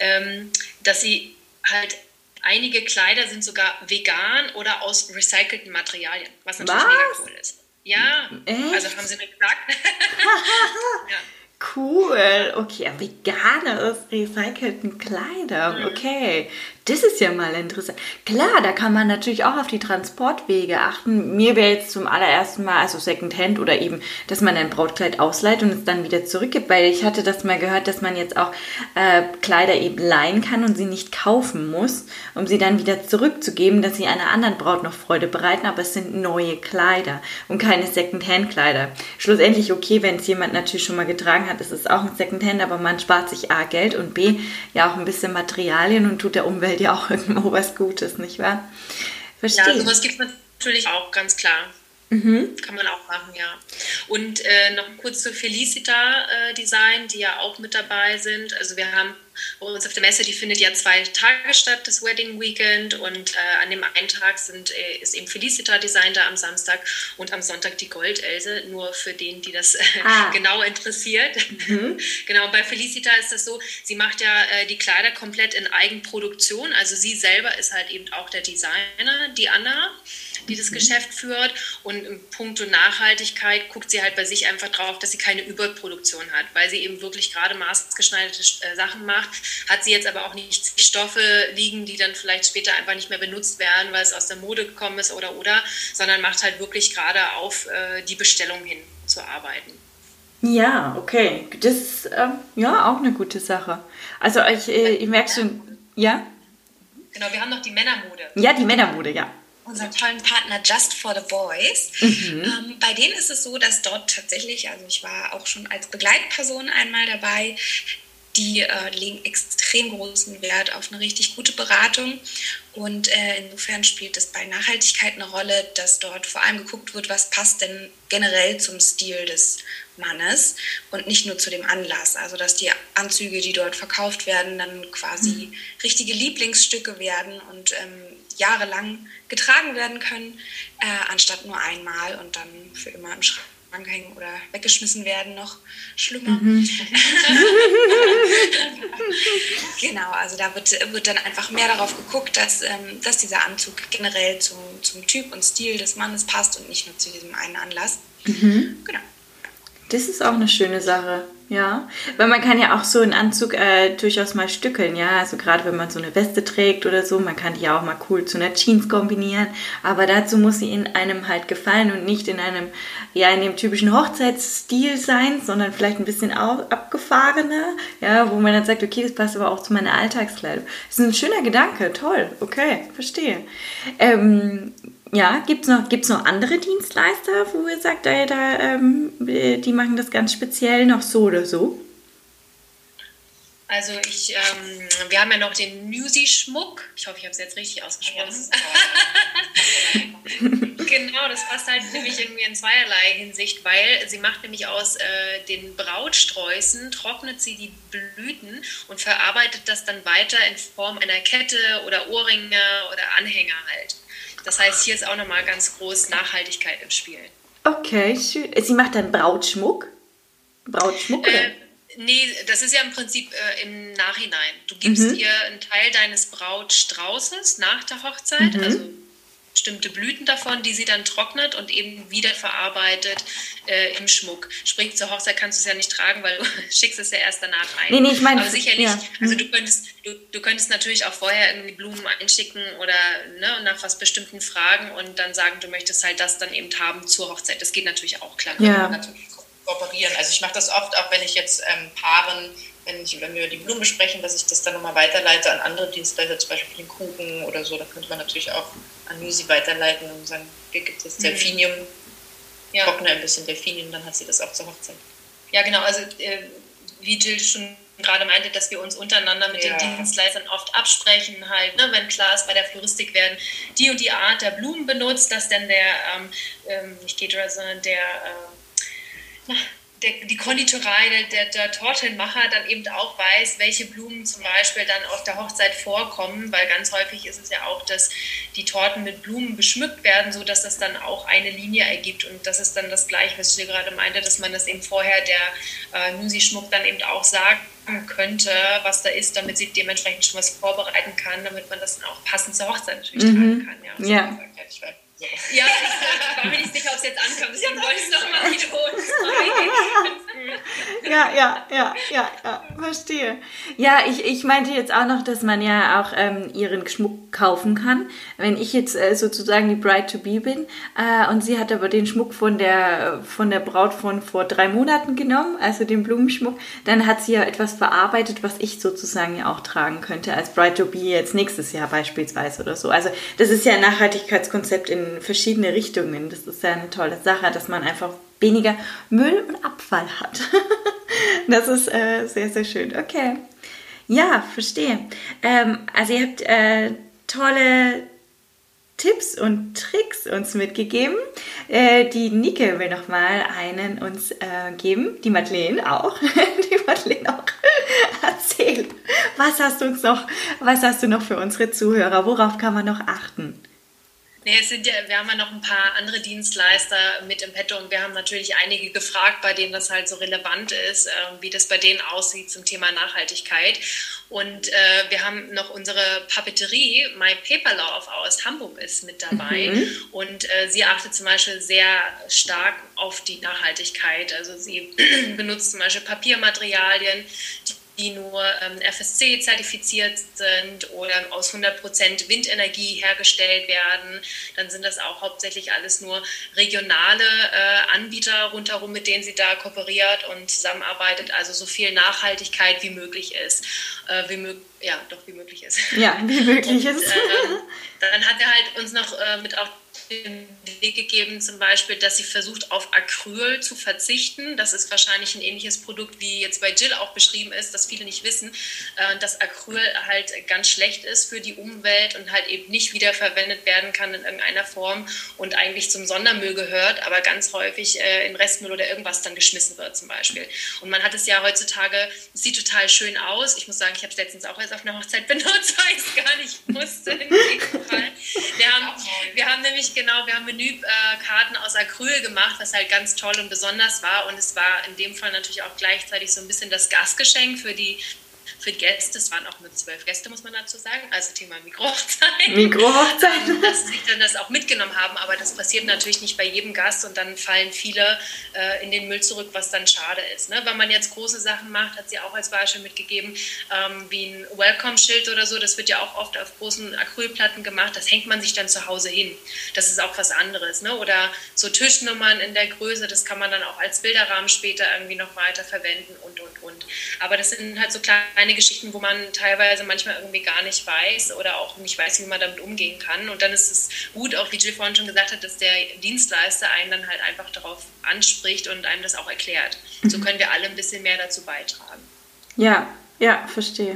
Speaker 4: dass sie halt, einige Kleider sind sogar vegan oder aus recycelten Materialien, was natürlich mega cool ist. Ja,
Speaker 1: echt?
Speaker 4: Also haben sie mir gesagt. Ja.
Speaker 1: Cool, okay, vegane aus recycelten Kleidern, okay. Das ist ja mal interessant. Klar, da kann man natürlich auch auf die Transportwege achten. Mir wäre jetzt zum allerersten Mal, also Secondhand oder eben, dass man ein Brautkleid ausleiht und es dann wieder zurückgibt, weil ich hatte das mal gehört, dass man jetzt auch Kleider eben leihen kann und sie nicht kaufen muss, um sie dann wieder zurückzugeben, dass sie einer anderen Braut noch Freude bereiten, aber es sind neue Kleider und keine Secondhand-Kleider. Schlussendlich okay, wenn es jemand natürlich schon mal getragen hat, ist es auch ein Secondhand, aber man spart sich A, Geld und B, ja auch ein bisschen Materialien und tut der Umwelt ja auch irgendwo was Gutes, nicht wahr? Verstehe.
Speaker 4: Ja, sowas gibt es natürlich auch, ganz klar. Kann man auch machen, ja. Und noch kurz zu Felicita Design, die ja auch mit dabei sind. Also wir haben bei uns auf der Messe, die findet ja 2 Tage statt, das Wedding Weekend. Und an dem einen Tag ist eben Felicita Design da am Samstag und am Sonntag die Goldelse, nur für den, die das genau interessiert. Genau, bei Felicita ist das so, sie macht ja die Kleider komplett in Eigenproduktion. Also sie selber ist halt eben auch der Designer, die Anna, die das Geschäft führt, und im Punkto Nachhaltigkeit guckt sie halt bei sich einfach drauf, dass sie keine Überproduktion hat, weil sie eben wirklich gerade maßgeschneiderte Sachen macht, hat sie jetzt aber auch nicht Stoffe liegen, die dann vielleicht später einfach nicht mehr benutzt werden, weil es aus der Mode gekommen ist oder, sondern macht halt wirklich gerade auf die Bestellung hin zu arbeiten.
Speaker 1: Ja, okay. Das ist ja auch eine gute Sache. Also ich merke schon, ja?
Speaker 3: Genau, wir haben noch die Männermode.
Speaker 1: Ja, die Männermode, ja.
Speaker 3: Unseren tollen Partner Just for the Boys. Bei denen ist es so, dass dort tatsächlich, also ich war auch schon als Begleitperson einmal dabei, die legen extrem großen Wert auf eine richtig gute Beratung, und insofern spielt es bei Nachhaltigkeit eine Rolle, dass dort vor allem geguckt wird, was passt denn generell zum Stil des Mannes und nicht nur zu dem Anlass. Also dass die Anzüge, die dort verkauft werden, dann quasi richtige Lieblingsstücke werden und jahrelang getragen werden können, anstatt nur einmal und dann für immer im Schrank hängen oder weggeschmissen werden, noch schlimmer. Genau, also da wird dann einfach mehr darauf geguckt, dass dieser Anzug generell zum Typ und Stil des Mannes passt und nicht nur zu diesem einen Anlass. Genau.
Speaker 1: Das ist auch eine schöne Sache, ja. Weil man kann ja auch so einen Anzug durchaus mal stückeln, ja. Also gerade wenn man so eine Weste trägt oder so, man kann die ja auch mal cool zu einer Jeans kombinieren. Aber dazu muss sie in einem halt gefallen und nicht in dem typischen Hochzeitsstil sein, sondern vielleicht ein bisschen auch abgefahrener, ja, wo man dann sagt, okay, das passt aber auch zu meiner Alltagskleidung. Das ist ein schöner Gedanke, toll, okay, verstehe. Ja, gibt's noch andere Dienstleister, wo ihr sagt, die machen das ganz speziell noch so oder so?
Speaker 4: Also wir haben ja noch den Newsy-Schmuck. Ich hoffe, ich habe es jetzt richtig ausgesprochen. Genau, das passt halt nämlich irgendwie in zweierlei Hinsicht, weil sie macht nämlich aus den Brautsträußen, trocknet sie die Blüten und verarbeitet das dann weiter in Form einer Kette oder Ohrringe oder Anhänger halt. Das heißt, hier ist auch nochmal ganz groß Nachhaltigkeit im Spiel.
Speaker 1: Okay, schön. Sie macht dann Brautschmuck? Brautschmuck, oder?
Speaker 4: Nee, das ist ja im Prinzip im Nachhinein. Du gibst ihr einen Teil deines Brautstraußes nach der Hochzeit, also bestimmte Blüten davon, die sie dann trocknet und eben wieder verarbeitet im Schmuck. Sprich, zur Hochzeit kannst du es ja nicht tragen, weil du schickst es ja erst danach ein.
Speaker 1: Nee, ich meine,
Speaker 4: aber sicherlich,
Speaker 1: ja.
Speaker 4: also du könntest natürlich auch vorher irgendwie Blumen einschicken oder nach was bestimmten fragen und dann sagen, du möchtest halt das dann eben haben zur Hochzeit. Das geht natürlich auch, klar.
Speaker 1: Ja.
Speaker 5: Natürlich kooperieren. Also ich mache das oft, auch wenn ich jetzt Paaren, wenn wir die Blumen besprechen, dass ich das dann nochmal weiterleite an andere Dienstleister, zum Beispiel den Kuchen oder so. Da könnte man natürlich auch an Müsi weiterleiten und sagen, hier gibt es Delphinium, trockne ein bisschen Delphinium, dann hat sie das auch zur Hochzeit.
Speaker 4: Ja, genau. Also wie Jill schon gerade meinte, dass wir uns untereinander mit den Dienstleistern oft absprechen, halt, ne, wenn klar ist, bei der Floristik werden die und die Art der Blumen benutzt, dass dann nicht Caterer, sondern die Konditorei, der Tortenmacher dann eben auch weiß, welche Blumen zum Beispiel dann auf der Hochzeit vorkommen, weil ganz häufig ist es ja auch, dass die Torten mit Blumen beschmückt werden, sodass das dann auch eine Linie ergibt und das ist dann das Gleiche, was ich gerade meinte, dass man das eben vorher der Nusi-Schmuck dann eben auch sagen könnte, was da ist, damit sie dementsprechend schon was vorbereiten kann, damit man das dann auch passend zur Hochzeit natürlich tragen kann. Ja. Ja, ich war mir nicht sicher, ob es jetzt ankam, deswegen wollte ich es nochmal wiederholen.
Speaker 1: Ja, verstehe. Ja, ich meinte jetzt auch noch, dass man ja auch ihren Schmuck kaufen kann. Wenn ich jetzt sozusagen die Bride-to-be bin und sie hat aber den Schmuck von der Braut von vor 3 Monaten genommen, also den Blumenschmuck, dann hat sie ja etwas verarbeitet, was ich sozusagen ja auch tragen könnte als Bride-to-be jetzt nächstes Jahr beispielsweise oder so. Also das ist ja ein Nachhaltigkeitskonzept in verschiedene Richtungen. Das ist ja eine tolle Sache, dass man einfach weniger Müll und Abfall hat. Das ist sehr, sehr schön. Okay. Ja, verstehe. Also ihr habt tolle Tipps und Tricks uns mitgegeben. Die Nike will noch mal einen uns geben. Die Madeleine auch. Erzähl. Was hast du noch für unsere Zuhörer? Worauf kann man noch achten?
Speaker 4: Nee, wir haben ja noch ein paar andere Dienstleister mit im Petto und wir haben natürlich einige gefragt, bei denen das halt so relevant ist, wie das bei denen aussieht zum Thema Nachhaltigkeit. Und wir haben noch unsere Papeterie, My Paper Love aus Hamburg ist mit dabei. Und sie achtet zum Beispiel sehr stark auf die Nachhaltigkeit. Also sie benutzt zum Beispiel Papiermaterialien, die nur FSC-zertifiziert sind oder aus 100% Windenergie hergestellt werden. Dann sind das auch hauptsächlich alles nur regionale Anbieter rundherum, mit denen sie da kooperiert und zusammenarbeitet. Also so viel Nachhaltigkeit wie möglich ist. Wie möglich ist.
Speaker 1: Ja, wie möglich ist.
Speaker 4: Dann hat er halt uns noch mit auf den Weg gegeben, zum Beispiel, dass sie versucht, auf Acryl zu verzichten. Das ist wahrscheinlich ein ähnliches Produkt, wie jetzt bei Jill auch beschrieben ist, dass viele nicht wissen, dass Acryl halt ganz schlecht ist für die Umwelt und halt eben nicht wiederverwendet werden kann in irgendeiner Form und eigentlich zum Sondermüll gehört, aber ganz häufig in Restmüll oder irgendwas dann geschmissen wird zum Beispiel. Und man hat es ja heutzutage, es sieht total schön aus. Ich muss sagen, ich habe es letztens auch erst auf einer Hochzeit benutzt, weil ich es gar nicht musste. In dem Fall. Wir haben Menükarten aus Acryl gemacht, was halt ganz toll und besonders war. Und es war in dem Fall natürlich auch gleichzeitig so ein bisschen das Gastgeschenk für die Gäste. Es waren auch nur 12 Gäste, muss man dazu sagen. Also Thema Mikrohochzeit. Dass sie sich dann das auch mitgenommen haben. Aber das passiert natürlich nicht bei jedem Gast. Und dann fallen viele in den Müll zurück, was dann schade ist. Ne? Wenn man jetzt große Sachen macht, hat sie auch als Beispiel mitgegeben, wie ein Welcome-Schild oder so. Das wird ja auch oft auf großen Acrylplatten gemacht. Das hängt man sich dann zu Hause hin. Das ist auch was anderes. Ne? Oder so Tischnummern in der Größe, das kann man dann auch als Bilderrahmen später irgendwie noch weiter verwenden und. Aber das sind halt so kleine Geschichten, wo man teilweise manchmal irgendwie gar nicht weiß oder auch nicht weiß, wie man damit umgehen kann. Und dann ist es gut, auch wie Jill vorhin schon gesagt hat, dass der Dienstleister einen dann halt einfach darauf anspricht und einem das auch erklärt. So können wir alle ein bisschen mehr dazu beitragen.
Speaker 1: Ja, verstehe.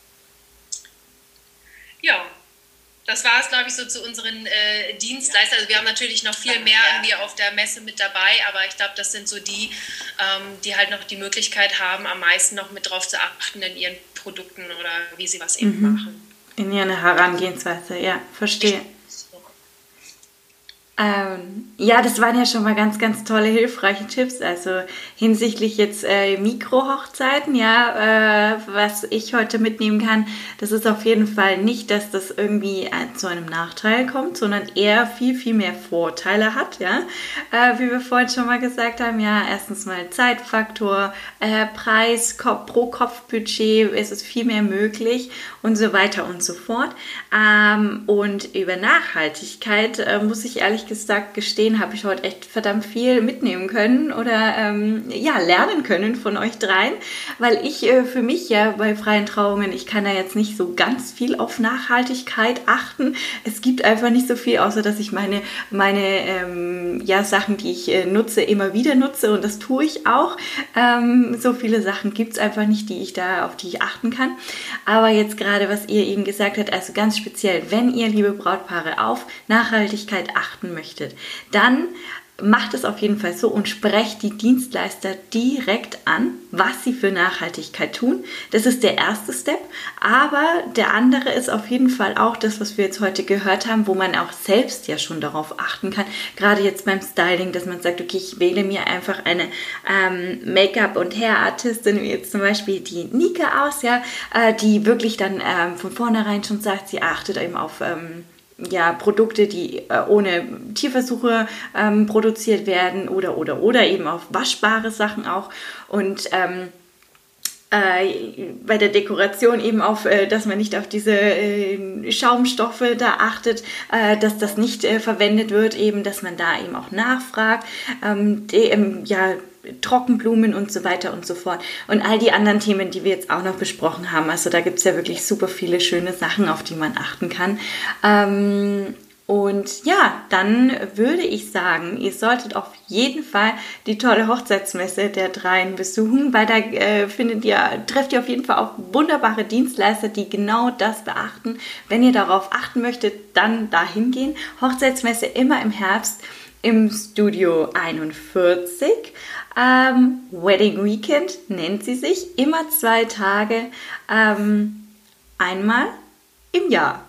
Speaker 4: Ja. Das war es, glaube ich, so zu unseren Dienstleistern. Also wir haben natürlich noch viel mehr irgendwie auf der Messe mit dabei, aber ich glaube, das sind so die, die halt noch die Möglichkeit haben, am meisten noch mit drauf zu achten in ihren Produkten oder wie sie was eben machen.
Speaker 1: In ihrer Herangehensweise, ja, verstehe. Ja, das waren ja schon mal ganz, ganz tolle, hilfreiche Tipps. Also hinsichtlich jetzt Mikrohochzeiten, ja, was ich heute mitnehmen kann, das ist auf jeden Fall nicht, dass das irgendwie zu einem Nachteil kommt, sondern eher viel, viel mehr Vorteile hat, ja. Wie wir vorhin schon mal gesagt haben, ja, erstens mal Zeitfaktor, Preis, pro Kopfbudget, es ist viel mehr möglich und so weiter und so fort. Und über Nachhaltigkeit muss ich ehrlich gesagt gestehen, habe ich heute echt verdammt viel mitnehmen können oder lernen können von euch dreien, weil ich für mich ja bei freien Trauungen, ich kann da jetzt nicht so ganz viel auf Nachhaltigkeit achten. Es gibt einfach nicht so viel, außer dass ich meine Sachen, die ich nutze, immer wieder nutze und das tue ich auch. So viele Sachen gibt es einfach nicht, auf die ich achten kann. Aber jetzt gerade, was ihr eben gesagt habt, also ganz speziell, wenn ihr, liebe Brautpaare, auf Nachhaltigkeit achten möchtet, dann macht es auf jeden Fall so und sprecht die Dienstleister direkt an, was sie für Nachhaltigkeit tun. Das ist der erste Step, aber der andere ist auf jeden Fall auch das, was wir jetzt heute gehört haben, wo man auch selbst ja schon darauf achten kann, gerade jetzt beim Styling, dass man sagt, okay, ich wähle mir einfach eine Make-up- und Hair-Artistin, wie jetzt zum Beispiel die Nike aus, ja, die wirklich dann von vornherein schon sagt, sie achtet eben auf Produkte, die ohne Tierversuche produziert werden oder eben auf waschbare Sachen auch und bei der Dekoration eben auf, dass man nicht auf diese Schaumstoffe da achtet, dass das nicht verwendet wird, eben, dass man da eben auch nachfragt, Trockenblumen und so weiter und so fort. Und all die anderen Themen, die wir jetzt auch noch besprochen haben. Also da gibt es ja wirklich super viele schöne Sachen, auf die man achten kann. Und ja, dann würde ich sagen, ihr solltet auf jeden Fall die tolle Hochzeitsmesse der Dreien besuchen, weil da trefft ihr auf jeden Fall auf wunderbare Dienstleister, die genau das beachten. Wenn ihr darauf achten möchtet, dann dahin gehen. Hochzeitsmesse immer im Herbst im Studio 41. Wedding Weekend nennt sie sich, immer 2 Tage, einmal im Jahr.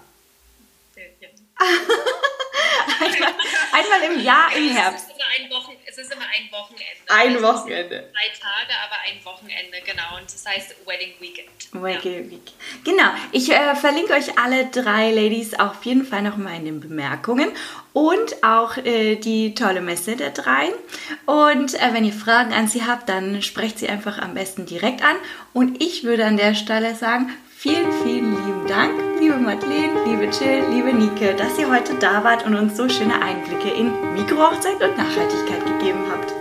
Speaker 1: einmal im Jahr im Herbst.
Speaker 4: Es ist immer ein Wochenende.
Speaker 1: Ein Wochenende.
Speaker 4: 3 Tage, aber ein Wochenende, genau. Und das heißt Wedding Weekend.
Speaker 1: Wedding Weekend. Genau. Ich verlinke euch alle 3 Ladies auf jeden Fall nochmal in den Bemerkungen und auch die tolle Messe der 3. Und wenn ihr Fragen an sie habt, dann sprecht sie einfach am besten direkt an. Und ich würde an der Stelle sagen, vielen, vielen lieben Dank, liebe Madeleine, liebe Jill, liebe Nike, dass ihr heute da wart und uns so schöne Einblicke in Mikrohochzeit und Nachhaltigkeit gegeben habt.